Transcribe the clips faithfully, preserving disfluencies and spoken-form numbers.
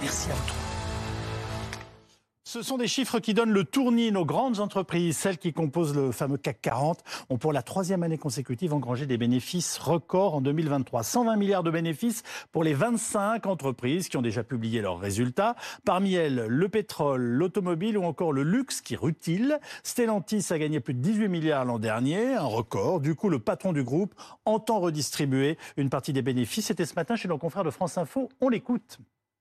Merci à vous. Ce sont des chiffres qui donnent le tournis. Nos grandes entreprises, celles qui composent le fameux C A C quarante, ont pour la troisième année consécutive engrangé des bénéfices records en deux mille vingt-trois. cent vingt milliards de bénéfices pour les vingt-cinq entreprises qui ont déjà publié leurs résultats. Parmi elles, le pétrole, l'automobile ou encore le luxe qui rutile. Stellantis a gagné plus de dix-huit milliards l'an dernier, un record. Du coup, le patron du groupe entend redistribuer une partie des bénéfices. C'était ce matin chez nos confrères de France Info. On l'écoute.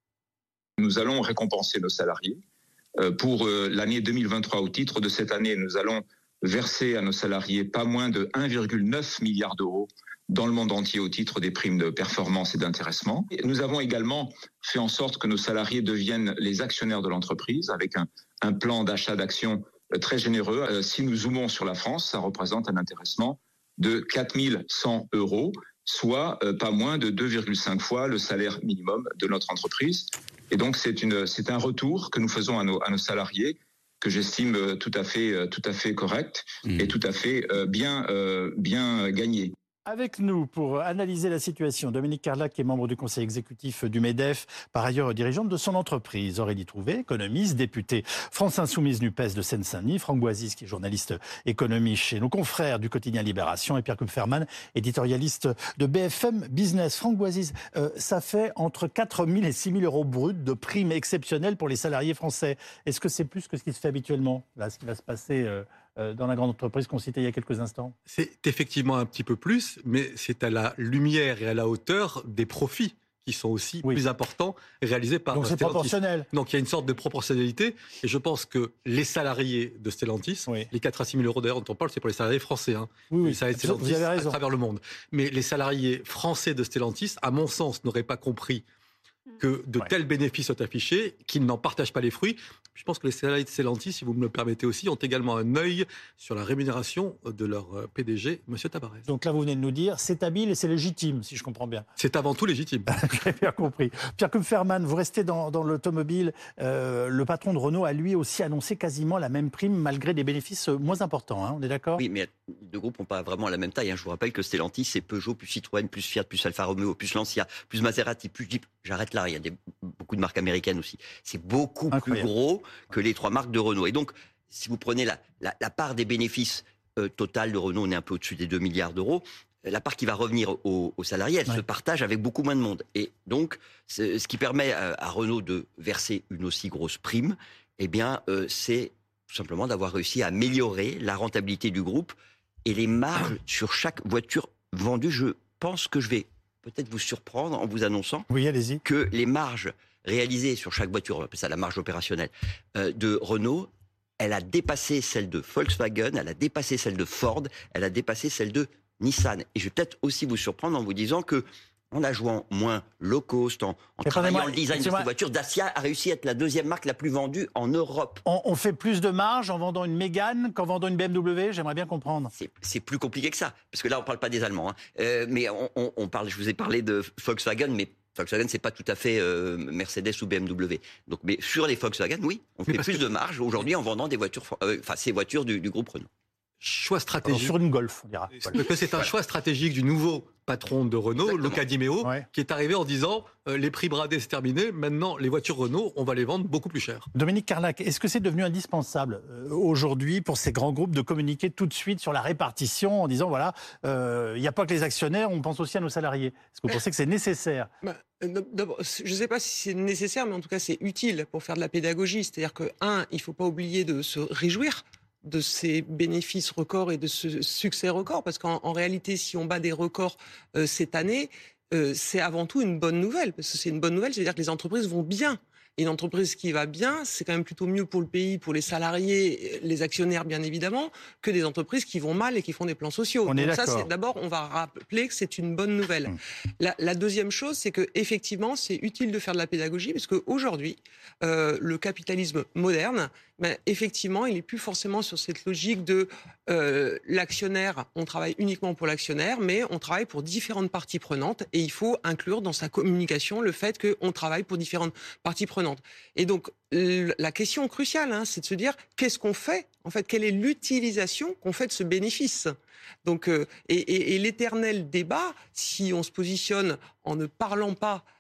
Nous allons récompenser nos salariés. Pour l'année deux mille vingt-trois, au titre de cette année, nous allons verser à nos salariés pas moins de un virgule neuf milliard d'euros dans le monde entier au titre des primes de performance et d'intéressement. Nous avons également fait en sorte que nos salariés deviennent les actionnaires de l'entreprise avec un, un plan d'achat d'actions très généreux. Si nous zoomons sur la France, ça représente un intéressement de quatre mille cent euros, soit pas moins de deux virgule cinq fois le salaire minimum de notre entreprise. Et donc, c'est, une, c'est un retour que nous faisons à nos, à nos salariés que j'estime tout à fait, tout à fait correct mmh. et tout à fait bien, bien gagné. Avec nous pour analyser la situation, Dominique Carlac, qui est membre du conseil exécutif du MEDEF, par ailleurs dirigeante de son entreprise. Aurélie Trouvé, économiste, députée France Insoumise NUPES de Seine-Saint-Denis. Franck Boisise, qui est journaliste économie chez nos confrères du quotidien Libération. Et Pierre Kupferman, éditorialiste de B F M Business. Franck Boisise, euh, ça fait entre quatre mille et six mille euros bruts de primes exceptionnelles pour les salariés français. Est-ce que c'est plus que ce qui se fait habituellement, là, ce qui va se passer euh, dans la grande entreprise qu'on citait il y a quelques instants? C'est effectivement un petit peu plus, mais c'est à la lumière et à la hauteur des profits qui sont aussi oui. plus importants réalisés par Donc c'est Stellantis. Proportionnel. Donc il y a une sorte de proportionnalité, et je pense que les salariés de Stellantis, oui. les quatre à six mille euros d'ailleurs dont on parle, c'est pour les salariés français, hein, oui, oui. les salariés de Stellantis Vous avez raison. à travers le monde. Mais les salariés français de Stellantis, à mon sens, n'auraient pas compris que de ouais. tels bénéfices soient affichés, qu'ils n'en partagent pas les fruits. Je pense que les salariés de Stellantis, si vous me le permettez aussi, ont également un œil sur la rémunération de leur P D G, M. Tabarez. Donc là, vous venez de nous dire, c'est habile et c'est légitime, si je comprends bien. C'est avant tout légitime. J'ai bien compris. Pierre Kupferman, vous restez dans, dans l'automobile. Euh, le patron de Renault a lui aussi annoncé quasiment la même prime, malgré des bénéfices moins importants. Hein, on est d'accord? Oui, mais les deux groupes n'ont pas vraiment la même taille. Hein. Je vous rappelle que Stellantis, c'est Peugeot, plus Citroën, plus Fiat, plus Alfa Romeo, plus Lancia, plus Maserati, plus Jeep. J'arrête là. Il y a des, beaucoup de marques américaines aussi. C'est beaucoup Incroyable. plus gros que les trois marques de Renault. Et donc, si vous prenez la, la, la part des bénéfices euh, total de Renault, on est un peu au-dessus des deux milliards d'euros. La part qui va revenir aux, aux salariés, elle ouais. se partage avec beaucoup moins de monde. Et donc, ce qui permet à, à Renault de verser une aussi grosse prime, eh bien, euh, c'est tout simplement d'avoir réussi à améliorer la rentabilité du groupe et les marges sur chaque voiture vendue. Je pense que je vais peut-être vous surprendre en vous annonçant oui, allez-y. que les marges réalisées sur chaque voiture, on appelle ça la marge opérationnelle, euh, de Renault, elle a dépassé celle de Volkswagen, elle a dépassé celle de Ford, elle a dépassé celle de Nissan. Et je vais peut-être aussi vous surprendre en vous disant que en la jouant moins low cost, en, en travaillant le design de cette voiture, Dacia a réussi à être la deuxième marque la plus vendue en Europe. On, on fait plus de marge en vendant une Mégane qu'en vendant une B M W? J'aimerais bien comprendre. C'est, c'est plus compliqué que ça, parce que là on ne parle pas des Allemands. Hein. Euh, mais on, on, on parle, je vous ai parlé de Volkswagen, mais Volkswagen, c'est pas tout à fait euh, Mercedes ou B M W. Donc, mais sur les Volkswagen, oui, on mais fait plus que... de marge aujourd'hui en vendant des voitures, euh, enfin ces voitures du, du groupe Renault. Choix stratégique. Alors, sur une Golf, on dira. Parce que c'est un choix stratégique du nouveau patron de Renault, Exactement. Luca Di Meo, ouais. qui est arrivé en disant euh, les prix bradés c'est terminé, maintenant les voitures Renault, on va les vendre beaucoup plus cher. Dominique Carlac, est-ce que c'est devenu indispensable euh, aujourd'hui pour ces grands groupes de communiquer tout de suite sur la répartition en disant voilà, il euh, n'y a pas que les actionnaires, on pense aussi à nos salariés? Est-ce que vous pensez que c'est nécessaire? bah, D'abord, je ne sais pas si c'est nécessaire, mais en tout cas c'est utile pour faire de la pédagogie. C'est-à-dire que, un, il ne faut pas oublier de se réjouir de ces bénéfices records et de ce succès record, parce qu'en en réalité, si on bat des records euh, cette année, euh, c'est avant tout une bonne nouvelle, parce que c'est une bonne nouvelle, c'est-à-dire que les entreprises vont bien. Et une entreprise qui va bien, c'est quand même plutôt mieux pour le pays, pour les salariés, les actionnaires bien évidemment, que des entreprises qui vont mal et qui font des plans sociaux. On Donc est ça, d'accord. c'est, d'abord, on va rappeler que c'est une bonne nouvelle. Mmh. La, la deuxième chose, c'est que effectivement, c'est utile de faire de la pédagogie, parce qu'aujourd'hui, euh, le capitalisme moderne, ben, effectivement, il n'est plus forcément sur cette logique de euh, l'actionnaire, on travaille uniquement pour l'actionnaire, mais on travaille pour différentes parties prenantes, et il faut inclure dans sa communication le fait qu'on travaille pour différentes parties prenantes. Et donc, la question cruciale, hein, c'est de se dire, qu'est-ce qu'on fait? En fait, quelle est l'utilisation qu'on fait de ce bénéfice? Donc, euh, et, et, et l'éternel débat, si on se positionne en ne parlant pas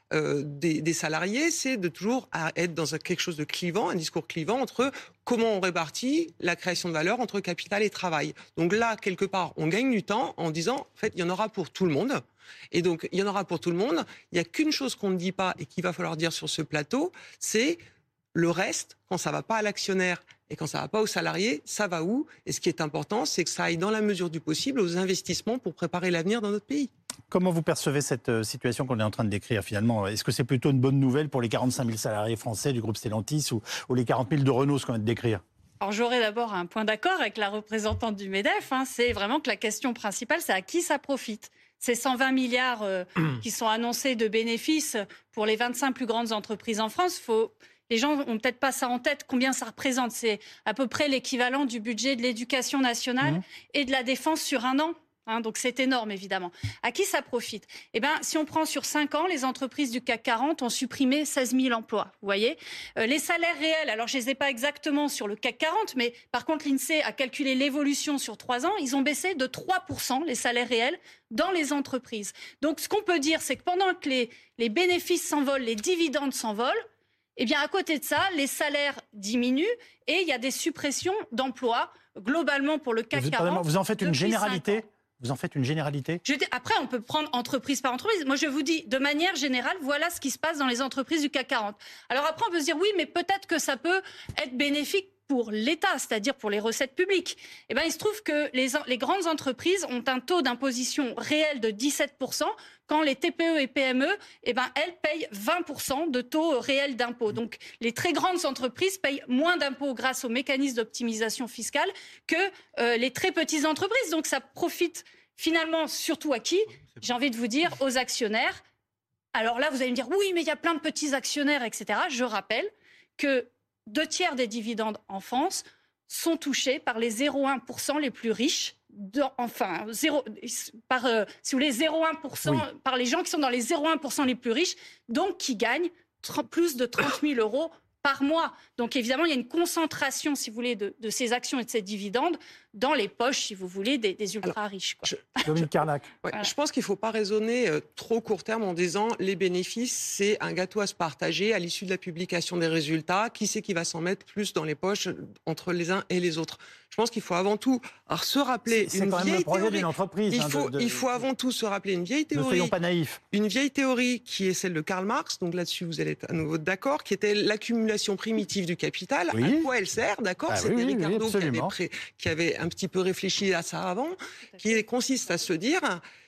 euh, des, des salariés, c'est de toujours être dans quelque chose de clivant, un discours clivant entre comment on répartit la création de valeur entre capital et travail. Donc là, quelque part, on gagne du temps en disant, en fait, il y en aura pour tout le monde. Et donc, il y en aura pour tout le monde. Il n'y a qu'une chose qu'on ne dit pas et qu'il va falloir dire sur ce plateau, c'est le reste, quand ça ne va pas à l'actionnaire et quand ça ne va pas aux salariés, ça va où? Et ce qui est important, c'est que ça aille dans la mesure du possible aux investissements pour préparer l'avenir dans notre pays. Comment vous percevez cette situation qu'on est en train de décrire finalement? Est-ce que c'est plutôt une bonne nouvelle pour les quarante-cinq mille salariés français du groupe Stellantis ou, ou les quarante mille de Renault, ce qu'on vient de décrire? Alors j'aurais d'abord un point d'accord avec la représentante du MEDEF. Hein, c'est vraiment que la question principale, c'est à qui ça profite. Ces cent vingt milliards euh, qui sont annoncés de bénéfices pour les vingt-cinq plus grandes entreprises en France, faut... Les gens n'ont peut-être pas ça en tête, combien ça représente. C'est à peu près l'équivalent du budget de l'éducation nationale mmh. et de la défense sur un an. Hein, donc c'est énorme, évidemment. À qui ça profite? Eh bien, si on prend sur cinq ans, les entreprises du C A C quarante ont supprimé seize mille emplois. Vous voyez, euh, les salaires réels, alors je ne les ai pas exactement sur le C A C quarante, mais par contre, l'INSEE a calculé l'évolution sur trois ans. Ils ont baissé de trois pour cent les salaires réels dans les entreprises. Donc ce qu'on peut dire, c'est que pendant que les, les bénéfices s'envolent, les dividendes s'envolent, eh bien, à côté de ça, les salaires diminuent et il y a des suppressions d'emplois globalement pour le C A C quarante. Vous en faites une généralité? Vous en faites une généralité? Je dis, après, on peut prendre entreprise par entreprise. Moi, je vous dis, de manière générale, voilà ce qui se passe dans les entreprises du C A C quarante. Alors après, on peut se dire, oui, mais peut-être que ça peut être bénéfique pour l'État, c'est-à-dire pour les recettes publiques. Eh bien, il se trouve que les, les grandes entreprises ont un taux d'imposition réel de dix-sept pour cent, quand les T P E et P M E, eh ben, elles payent vingt pour cent de taux réel d'impôt. Donc, les très grandes entreprises payent moins d'impôts grâce aux mécanismes d'optimisation fiscale que euh, les très petites entreprises. Donc, ça profite finalement surtout à qui? J'ai envie de vous dire, aux actionnaires. Alors là, vous allez me dire, oui, mais il y a plein de petits actionnaires, et cetera. Je rappelle que deux tiers des dividendes en France sont touchés par les zéro virgule un pour cent les plus riches, de, enfin, zéro, par, euh, si vous voulez, zéro virgule un pour cent oui. par les gens qui sont dans les zéro virgule un pour cent les plus riches, donc qui gagnent plus de trente mille euros par mois. Donc évidemment, il y a une concentration, si vous voulez, de, de ces actions et de ces dividendes dans les poches, si vous voulez, des, des ultra-riches. Je, Dominique Carnac. Ouais, voilà. Je pense qu'il ne faut pas raisonner euh, trop court terme en disant les bénéfices, c'est un gâteau à se partager à l'issue de la publication des résultats. Qui c'est qui va s'en mettre plus dans les poches entre les uns et les autres? Je pense qu'il faut avant tout alors, se rappeler c'est, une c'est quand vieille même le projet théorie. d'une entreprise. Il hein, faut, de, de... il faut avant tout se rappeler une vieille théorie. Ne soyons pas naïfs. Une vieille théorie qui est celle de Karl Marx, donc là-dessus vous allez être à nouveau d'accord, qui était l'accumulation primitive du capital. Oui. À quoi elle sert, d'accord? Ah, C'était oui, Ricardo oui, qui, avait pré... qui avait un petit peu réfléchi à ça avant, qui consiste à se dire,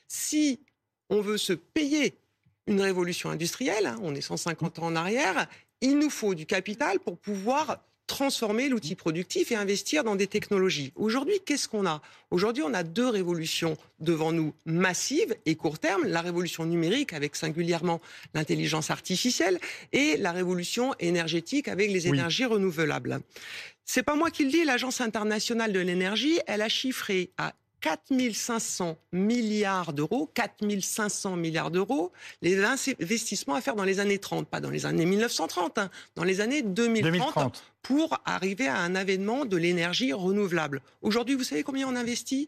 si on veut se payer une révolution industrielle, hein, on est cent cinquante ans en arrière, il nous faut du capital pour pouvoir transformer l'outil productif et investir dans des technologies. Aujourd'hui, qu'est-ce qu'on a? Aujourd'hui, on a deux révolutions devant nous massives et court terme. La révolution numérique avec singulièrement l'intelligence artificielle et la révolution énergétique avec les énergies oui. renouvelables. C'est pas moi qui le dis, l'Agence internationale de l'énergie, elle a chiffré à quatre mille cinq cents milliards d'euros, quatre mille cinq cents milliards d'euros, les investissements à faire dans les années trente, pas dans les années mille neuf cent trente, hein, dans les années deux mille trente, deux mille trente, pour arriver à un avènement de l'énergie renouvelable. Aujourd'hui, vous savez combien on investit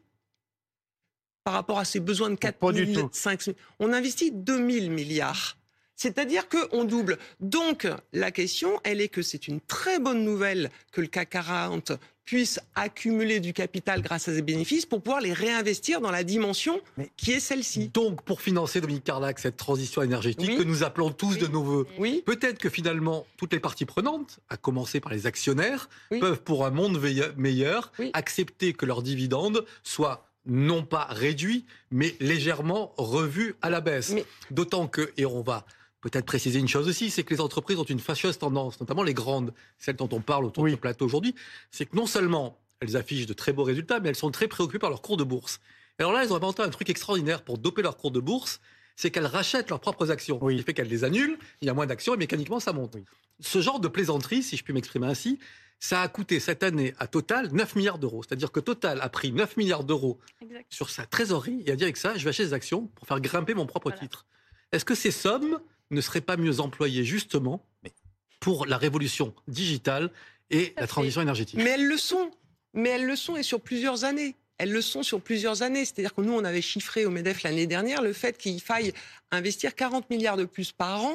par rapport à ces besoins de quatre mille, cinq mille? On investit deux mille milliards. C'est-à-dire qu'on double. Donc, la question, elle est que c'est une très bonne nouvelle que le C A C quarante puisse accumuler du capital grâce à ces bénéfices pour pouvoir les réinvestir dans la dimension Mais qui est celle-ci. Donc, pour financer, Dominique Carnac, cette transition énergétique oui. que nous appelons tous oui. de nos voeux, oui. peut-être que finalement, toutes les parties prenantes, à commencer par les actionnaires, oui. peuvent, pour un monde meilleur, oui. accepter que leurs dividendes soient non pas réduits, mais légèrement revus à la baisse. Mais... D'autant que, et on va... peut-être préciser une chose aussi, c'est que les entreprises ont une fâcheuse tendance, notamment les grandes, celles dont on parle autour oui. de ce plateau aujourd'hui, c'est que non seulement elles affichent de très beaux résultats, mais elles sont très préoccupées par leur cours de bourse. Alors là, elles ont inventé un truc extraordinaire pour doper leur cours de bourse, c'est qu'elles rachètent leurs propres actions. Oui. Ce qui fait qu'elles les annulent, il y a moins d'actions et mécaniquement ça monte. Oui. Ce genre de plaisanterie, si je puis m'exprimer ainsi, ça a coûté cette année à Total neuf milliards d'euros. C'est-à-dire que Total a pris neuf milliards d'euros exact. Sur sa trésorerie et a dit avec ça, je vais acheter des actions pour faire grimper mon propre voilà. titre. Est-ce que ces sommes ne seraient pas mieux employées justement pour la révolution digitale et la transition énergétique? Mais elles le sont. Mais elles le sont et sur plusieurs années. Elles le sont sur plusieurs années. C'est-à-dire que nous, on avait chiffré au MEDEF l'année dernière le fait qu'il faille investir quarante milliards de plus par an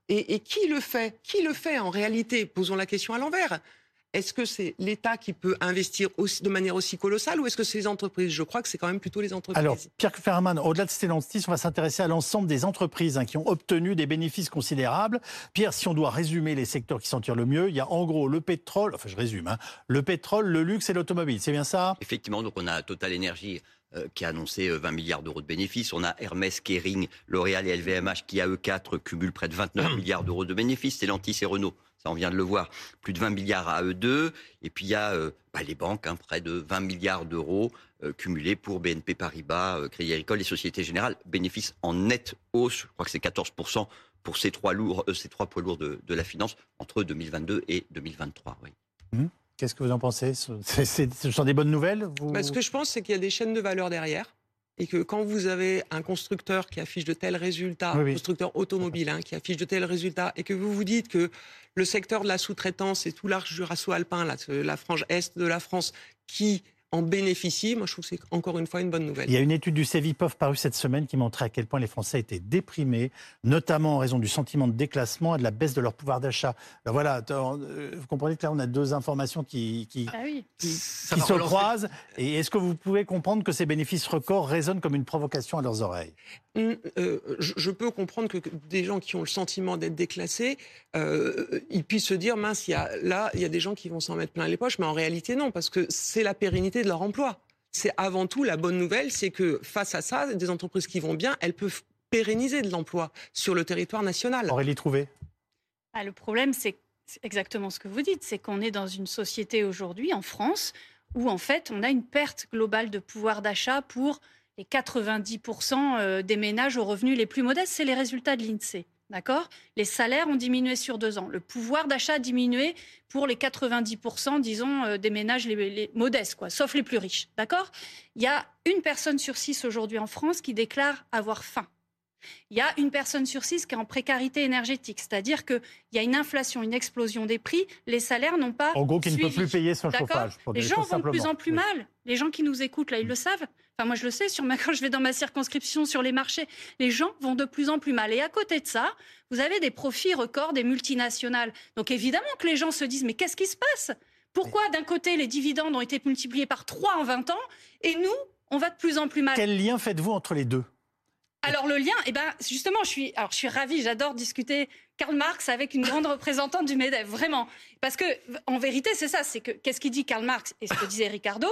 Et, et qui le fait? Qui le fait en réalité? Posons la question à l'envers. Est-ce que c'est l'État qui peut investir aussi, de manière aussi colossale, ou est-ce que c'est les entreprises? Je crois que c'est quand même plutôt les entreprises. Alors, Pierre Ferman, au-delà de Stellantis, on va s'intéresser à l'ensemble des entreprises hein, qui ont obtenu des bénéfices considérables. Pierre, si on doit résumer les secteurs qui s'en tirent le mieux, il y a en gros le pétrole, enfin je résume, hein, le pétrole, le luxe et l'automobile, c'est bien ça? Effectivement, donc on a Total Energy euh, qui a annoncé euh, vingt milliards d'euros de bénéfices. On a Hermès, Kering, L'Oréal et L V M H qui, à eux quatre, cumulent près de vingt-neuf milliards d'euros de bénéfices. Stellantis et Renault, ça on vient de le voir, plus de vingt milliards à eux deux. Et puis il y a euh, bah, les banques, hein, près de vingt milliards d'euros euh, cumulés pour B N P Paribas, euh, Crédit Agricole et Société Générale. Bénéfices en nette hausse, je crois que c'est quatorze pour cent pour ces trois, lourds, euh, ces trois poids lourds de, de la finance entre deux mille vingt-deux et deux mille vingt-trois. Oui. Mmh. Qu'est-ce que vous en pensez? c'est, c'est, Ce sont des bonnes nouvelles vous... bah, Ce que je pense, c'est qu'il y a des chaînes de valeur derrière. Et que quand vous avez un constructeur qui affiche de tels résultats, oui, un oui. constructeur automobile hein, qui affiche de tels résultats, et que vous vous dites que le secteur de la sous-traitance et tout l'arc jurasso-alpin, la, la frange est de la France, qui en bénéficie, moi je trouve que c'est encore une fois une bonne nouvelle. Il y a une étude du Cevipof parue cette semaine qui montrait à quel point les Français étaient déprimés, notamment en raison du sentiment de déclassement et de la baisse de leur pouvoir d'achat. Alors voilà, vous comprenez que là on a deux informations qui, qui, ah oui. qui, qui se croisent. Et est-ce que vous pouvez comprendre que ces bénéfices records résonnent comme une provocation à leurs oreilles? Mmh, euh, je, je peux comprendre que des gens qui ont le sentiment d'être déclassés, euh, ils puissent se dire, mince, il y a, là, il y a des gens qui vont s'en mettre plein les poches, mais en réalité non, parce que c'est la pérennité de leur emploi. C'est avant tout la bonne nouvelle, c'est que face à ça, des entreprises qui vont bien, elles peuvent pérenniser de l'emploi sur le territoire national. Aurélie Trouvé. Ah, le problème, c'est exactement ce que vous dites, c'est qu'on est dans une société aujourd'hui, en France, où en fait, on a une perte globale de pouvoir d'achat pour les quatre-vingt-dix pour cent des ménages aux revenus les plus modestes. C'est les résultats de l'INSEE. D'accord ? Les salaires ont diminué sur deux ans. Le pouvoir d'achat a diminué pour les quatre-vingt-dix pour cent, disons, des ménages les, les modestes, quoi, sauf les plus riches. D'accord ? Il y a une personne sur six aujourd'hui en France qui déclare avoir faim. Il y a une personne sur six qui est en précarité énergétique, c'est-à-dire qu'il y a une inflation, une explosion des prix, les salaires n'ont pas En gros, qui ne peut plus payer son D'accord ? chauffage. Pour les des gens choses vont de plus simplement. en plus Oui. mal. Les gens qui nous écoutent, là, ils le savent. Enfin, moi, je le sais, sur ma... quand je vais dans ma circonscription, sur les marchés, les gens vont de plus en plus mal. Et à côté de ça, vous avez des profits records des multinationales. Donc, évidemment que les gens se disent, mais qu'est-ce qui se passe ? Pourquoi, d'un côté, les dividendes ont été multipliés par trois en vingt ans, et nous, on va de plus en plus mal ? Quel lien faites-vous entre les deux ? Alors le lien, eh ben justement, je suis, alors je suis ravie, j'adore discuter Karl Marx avec une grande représentante du MEDEF, vraiment, parce que en vérité c'est ça, c'est que qu'est-ce qu'il dit Karl Marx et ce que disait Ricardo,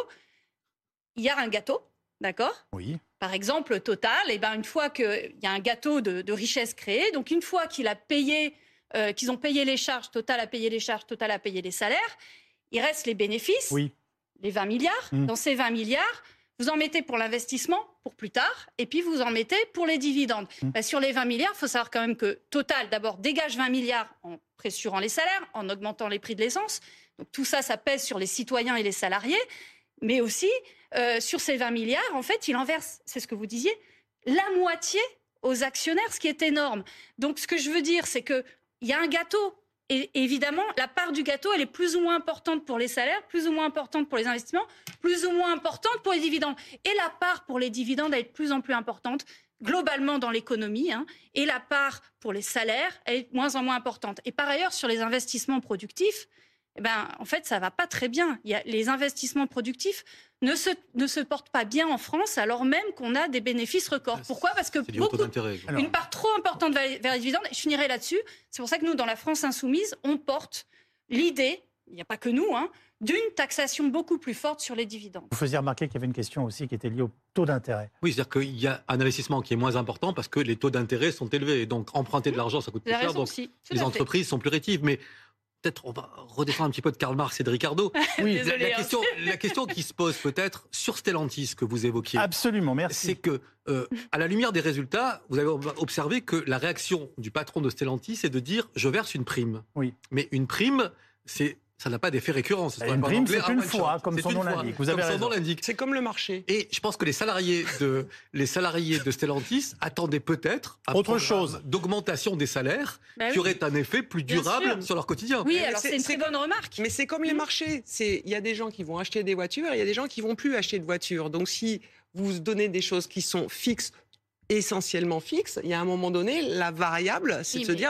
il y a un gâteau, d'accord ? Oui. Par exemple, Total, eh ben une fois qu'il y a un gâteau de, de richesse créé, donc une fois qu'il a payé, euh, qu'ils ont payé les charges, Total a payé les charges, Total a payé les salaires, il reste les bénéfices, Oui. les vingt milliards. Mmh. Dans ces vingt milliards. Vous en mettez pour l'investissement, pour plus tard, et puis vous en mettez pour les dividendes. Mmh. Ben, sur les vingt milliards, il faut savoir quand même que Total, d'abord, dégage vingt milliards en pressurant les salaires, en augmentant les prix de l'essence. Donc tout ça, ça pèse sur les citoyens et les salariés. Mais aussi, euh, sur ces vingt milliards, en fait, il en verse, c'est ce que vous disiez, la moitié aux actionnaires, ce qui est énorme. Donc ce que je veux dire, c'est qu'il y a un gâteau. Et évidemment, la part du gâteau, elle est plus ou moins importante pour les salaires, plus ou moins importante pour les investissements, plus ou moins importante pour les dividendes. Et la part pour les dividendes, elle est de plus en plus importante, globalement dans l'économie. Hein, et la part pour les salaires, elle est de moins en moins importante. Et par ailleurs, sur les investissements productifs, eh ben, en fait, ça ne va pas très bien. Il y a, les investissements productifs ne se, ne se portent pas bien en France, alors même qu'on a des bénéfices records. Pourquoi ? Parce que beaucoup, Alors, une part trop importante vers, vers les dividendes, et je finirai là-dessus, c'est pour ça que nous, dans la France insoumise, on porte l'idée, il n'y a pas que nous, hein, d'une taxation beaucoup plus forte sur les dividendes. Vous faisiez remarquer qu'il y avait une question aussi qui était liée au taux d'intérêt. Oui, c'est-à-dire qu'il y a un investissement qui est moins important parce que les taux d'intérêt sont élevés. Et donc, emprunter de l'argent, ça coûte plus cher. Donc, aussi, les entreprises sont plus rétives. Mais peut-être on va redescendre un petit peu de Karl Marx et de Ricardo. Oui, la, la, question, la question qui se pose peut-être sur Stellantis que vous évoquiez. Absolument, merci. C'est que, euh, à la lumière des résultats, vous avez observé que la réaction du patron de Stellantis est de dire « je verse une prime ». Oui. Mais une prime, c'est... ça n'a pas d'effet récurrent. C'est une prime, c'est une fois, comme son nom l'indique. Vous avez raison. Son nom l'indique. C'est comme le marché. Et je pense que les salariés de, les salariés de Stellantis attendaient peut-être un autre chose d'augmentation des salaires bah qui oui. aurait un effet plus durable sûr. sur leur quotidien. Oui, Mais alors c'est- c'est une c'est très bonne remarque. Mais c'est comme les marchés. C'est- Il y a des gens qui vont acheter des voitures et il y a des gens qui vont plus acheter de voitures. Donc si vous donnez des choses qui sont fixes, essentiellement fixes, il y a un moment donné, la variable, c'est Oui, de se mais- dire, bah,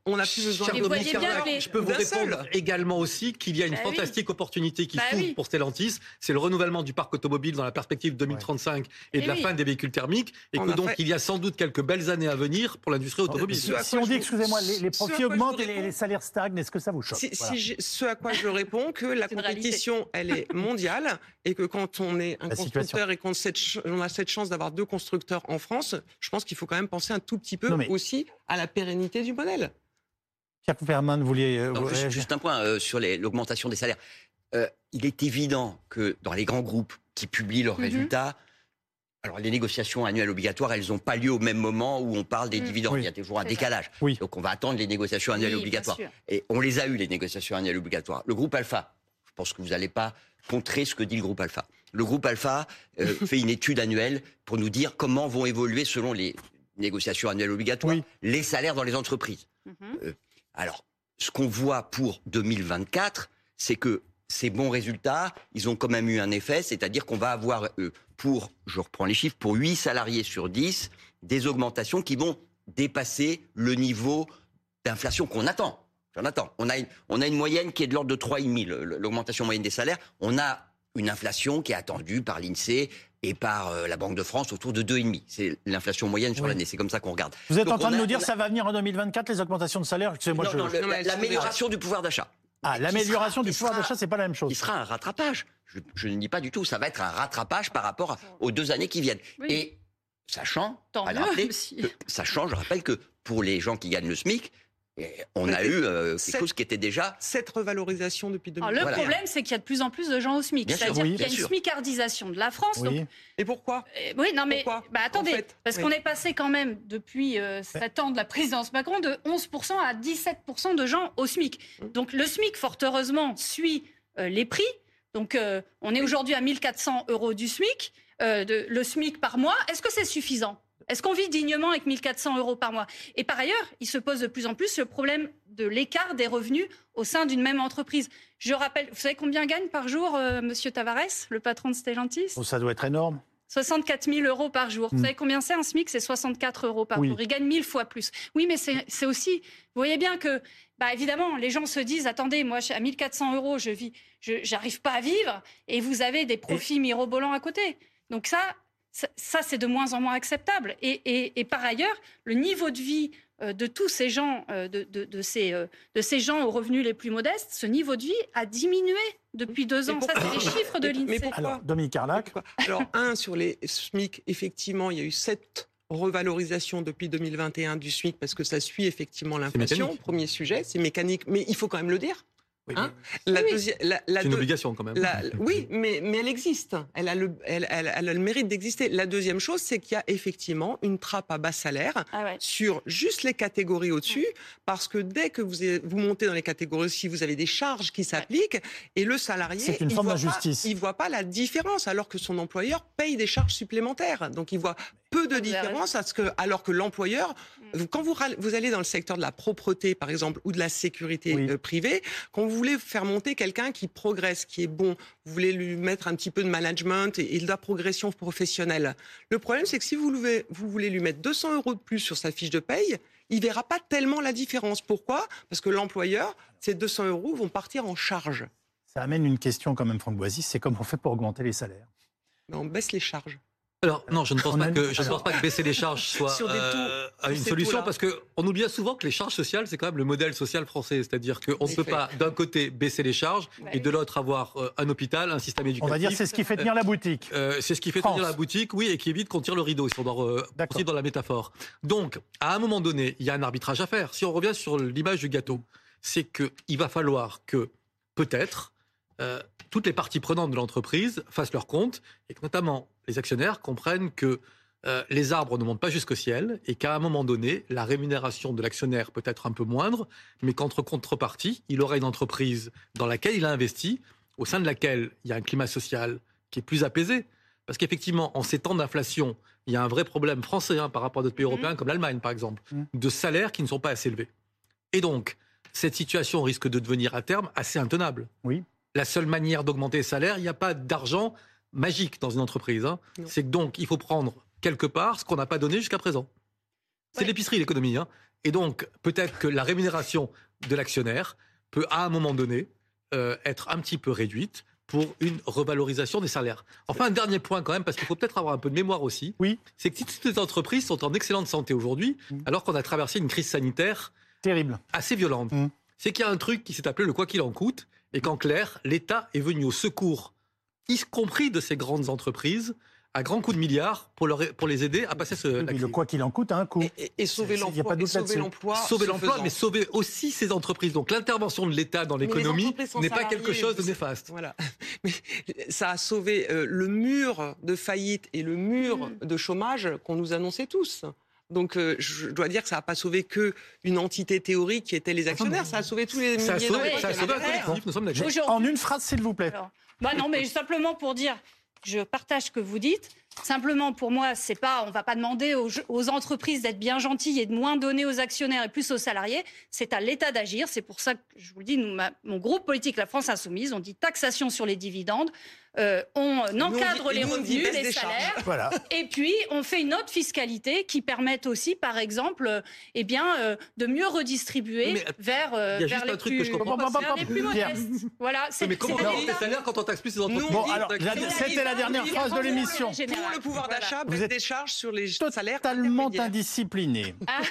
on n'a plus besoin Cher de Dominique voyez bien Carlac, que les- je peux vous d'un répondre seul. également aussi qu'il y a une Bah oui. fantastique opportunité qui Bah s'ouvre oui. pour Stellantis, c'est le renouvellement du parc automobile dans la perspective deux mille trente-cinq et de Eh la oui. fin des véhicules thermiques, et On que a donc fait- il y a sans doute quelques belles années à venir pour l'industrie automobile. Ce à Si quoi on je dit, vous- excusez-moi, les, les ce à profits quoi je vous augmentent et les, réponds- les salaires stagnent, est-ce que ça vous choque? Si, Voilà. si j'ai- ce à quoi je réponds, que la C'est une réalité. compétition, elle est mondiale et que quand on est un La situation. constructeur et qu'on cette ch- on a cette chance d'avoir deux constructeurs en France, je pense qu'il faut quand même penser un tout petit peu Non, mais- aussi à la pérennité du modèle. Pierre Couperman, vous vouliez euh, Non, vous juste, réagir? juste un point euh, sur les- l'augmentation des salaires. Euh, il est évident que dans les grands groupes qui publient leurs Mhm. résultats, alors les négociations annuelles obligatoires, elles n'ont pas lieu au même moment où on parle des Mhm. dividendes. Oui. Il y a toujours un C'est ça. décalage. Oui. Donc on va attendre les négociations annuelles Oui, bien obligatoires. sûr. Et on les a eues, les négociations annuelles obligatoires. Le groupe Alpha, je pense que vous n'allez pas contrer ce que dit le groupe Alpha. Le groupe Alpha euh, fait une étude annuelle pour nous dire comment vont évoluer, selon les négociations annuelles obligatoires, Oui. les salaires dans les entreprises. Mhm. Alors, ce qu'on voit pour deux mille vingt-quatre, c'est que ces bons résultats, ils ont quand même eu un effet, c'est-à-dire qu'on va avoir, euh, pour, je reprends les chiffres, pour huit salariés sur dix, des augmentations qui vont dépasser le niveau d'inflation qu'on attend. J'en attends. On a, une, on a une moyenne qui est de l'ordre de trois virgule cinq, le- l'augmentation moyenne des salaires. On a une inflation qui est attendue par l'INSEE et par euh, la Banque de France autour de deux virgule cinq. C'est l'inflation moyenne sur Oui. l'année, c'est comme ça qu'on regarde. Vous êtes Donc en train on de a- nous dire on que a- ça va venir en deux mille vingt-quatre, les augmentations de salaire? Excusez-moi, Non, je... non, le- Non, mais elles sont l'amélioration du pouvoir d'achat. Ah, qui l'amélioration sera- du qui pouvoir sera- d'achat, c'est pas la même chose. Il sera un rattrapage. Je, je ne dis pas du tout. Ça va être un rattrapage par rapport à- aux deux années qui viennent. Oui. Et sachant, Tant à le mieux, rappeler, aussi. que- sachant, je rappelle que pour les gens qui gagnent le SMIC, eh, on a Mais eu euh, quelque cette- chose qui était déjà. Cette revalorisation depuis deux mille Alors, le Voilà. problème, c'est qu'il y a de plus en plus de gens au SMIC. Bien sûr, C'est-à-dire oui, qu'il y a bien une sûr. smicardisation de la France. donc Oui. Et pourquoi Euh, oui, non, mais Pourquoi bah, attendez, En fait, parce oui. qu'on est passé quand même depuis euh, sept ans de la présidence Macron de onze pour cent à dix-sept pour cent de gens au SMIC. Mmh. Donc le SMIC, fort heureusement, suit euh, les prix. Donc euh, on est aujourd'hui à mille quatre cents euros du SMIC, euh, de, le SMIC par mois. Est-ce que c'est suffisant? Est-ce qu'on vit dignement avec mille quatre cents euros par mois? Et par ailleurs, il se pose de plus en plus le problème de l'écart des revenus au sein d'une même entreprise. Je rappelle, vous savez combien gagne par jour euh, Monsieur Tavares, le patron de Stellantis? Oh, ça doit être énorme. soixante-quatre mille euros par jour. Vous Mm. savez combien c'est un SMIC? C'est soixante-quatre euros par Oui. jour. Il gagne mille fois plus. Oui, mais c'est c'est aussi... Vous voyez bien que, bah, évidemment, les gens se disent, attendez, moi, à mille quatre cents euros, je vis, je j'arrive pas à vivre, et vous avez des profits mirobolants à côté. Donc ça, ça, ça, c'est de moins en moins acceptable. Et, et, et par ailleurs, le niveau de vie euh, de tous ces gens, euh, de, de, de, ces, euh, de ces gens aux revenus les plus modestes, ce niveau de vie a diminué depuis deux ans. Mais Ça, c'est pourquoi les chiffres de Mais- mais l'INSEE. pourquoi Alors, Dominique Carlac. Pourquoi Alors, un, sur les SMIC, effectivement, il y a eu sept revalorisations depuis deux mille vingt et un du SMIC parce que ça suit effectivement l'inflation. mécanique. Premier sujet, c'est mécanique, mais il faut quand même le dire. Oui, Hein mais La Oui. deuxième, la, la c'est une deux- obligation quand même. la- oui, mais, mais elle existe. Elle a le, elle, elle- elle a le mérite d'exister. La deuxième chose, c'est qu'il y a effectivement une trappe à bas salaire Ah ouais. sur juste les catégories au-dessus, parce que dès que vous, êtes- vous montez dans les catégories aussi, vous avez des charges qui s'appliquent, et le salarié, C'est une il forme voit d'injustice. pas- il voit pas la différence, alors que son employeur paye des charges supplémentaires. Donc il voit peu de Vous avez différence, à ce que, alors que l'employeur, vous- quand vous, ral- vous allez dans le secteur de la propreté, par exemple, ou de la sécurité Oui. euh, privée, quand vous voulez faire monter quelqu'un qui progresse, qui est bon, vous voulez lui mettre un petit peu de management et, et de la progression professionnelle. Le problème, c'est que si vous voulez, vous voulez lui mettre deux cents euros de plus sur sa fiche de paye, il verra pas tellement la différence. Pourquoi? Parce que l'employeur, ces deux cents euros vont partir en charge. Ça amène une question quand même, Franck Boisy, c'est comment on fait pour augmenter les salaires? Mais on baisse les charges. Alors non, je ne pense On pas a- que je ne alors- pense pas que baisser les charges soit Sur des taux, euh, sur une ces solution taux-là. parce que on oublie souvent que les charges sociales c'est quand même le modèle social français, c'est-à-dire qu'on En ne peut effet. pas d'un côté baisser les charges Bah et oui. de l'autre avoir euh, un hôpital, un système On éducatif. va dire c'est ce qui fait tenir la boutique. Euh, c'est ce qui fait France. tenir la boutique, oui, et qui évite qu'on tire le rideau, si on doit euh, D'accord. poursuivre dans la métaphore. Donc, à un moment donné, il y a un arbitrage à faire. Si on revient sur l'image du gâteau, c'est qu'il va falloir que, peut-être, euh, toutes les parties prenantes de l'entreprise fassent leur compte, et que notamment les actionnaires comprennent que euh, les arbres ne montent pas jusqu'au ciel, et qu'à un moment donné, la rémunération de l'actionnaire peut être un peu moindre, mais qu'entre contrepartie, il aura une entreprise dans laquelle il a investi, au sein de laquelle il y a un climat social qui est plus apaisé. Parce qu'effectivement, en ces temps d'inflation, il y a un vrai problème français hein, par rapport à d'autres pays Mhm. européens, comme l'Allemagne par exemple, Mhm. de salaires qui ne sont pas assez élevés. Et donc, cette situation risque de devenir à terme assez intenable. Oui. La seule manière d'augmenter les salaires, il n'y a pas d'argent magique dans une entreprise. hein. Non. C'est que donc, il faut prendre quelque part ce qu'on n'a pas donné jusqu'à présent. C'est Ouais. l'épicerie, l'économie. hein. Et donc, peut-être que la rémunération de l'actionnaire peut, à un moment donné, euh, être un petit peu réduite pour une revalorisation des salaires. Enfin, un dernier point quand même, parce qu'il faut peut-être avoir un peu de mémoire aussi, oui. c'est que toutes les entreprises sont en excellente santé aujourd'hui, mmh. alors qu'on a traversé une crise sanitaire terrible, assez violente. Mmh. C'est qu'il y a un truc qui s'est appelé le quoi qu'il en coûte, et qu'en clair, l'État est venu au secours, y compris de ces grandes entreprises, à grands coups de milliards pour, leur, pour les aider à passer ce, oui, la crise. Le quoi qu'il en coûte a un coût. Et, et, et sauver l'emploi. Et sauver l'emploi, sauver l'emploi, mais sauver aussi ces entreprises. Donc l'intervention de l'État dans l'économie n'est pas quelque chose de néfaste. Voilà. Mais ça a sauvé euh, le mur de faillite et le mur mmh. de chômage qu'on nous annonçait tous. Donc euh, je dois dire que ça n'a pas sauvé qu'une entité théorique qui était les actionnaires, ça a sauvé tous les ça milliers d'emplois. Ça a sauvé un collectif, nous sommes d'accord. En une phrase, s'il vous plaît. Alors, bah non, mais simplement pour dire, je partage ce que vous dites. Simplement, pour moi, c'est pas, on ne va pas demander aux, aux entreprises d'être bien gentilles et de moins donner aux actionnaires et plus aux salariés. C'est à l'État d'agir. C'est pour ça que, je vous le dis, nous, ma, mon groupe politique, la France Insoumise, on dit taxation sur les dividendes, euh, on encadre les revenus, les salaires, voilà. Et puis on fait une autre fiscalité qui permette aussi, par exemple, euh, eh bien, euh, de mieux redistribuer mais, vers, euh, vers, les, plus, vers les plus modestes. Voilà, c'est, mais comment on augmente les salaires quand on taxe plus les entreprises? Bon, alors, c'était la dernière phrase de l'émission. Pour le pouvoir d'achat, vous êtes des charges sur les salaires totalement indiscipliné.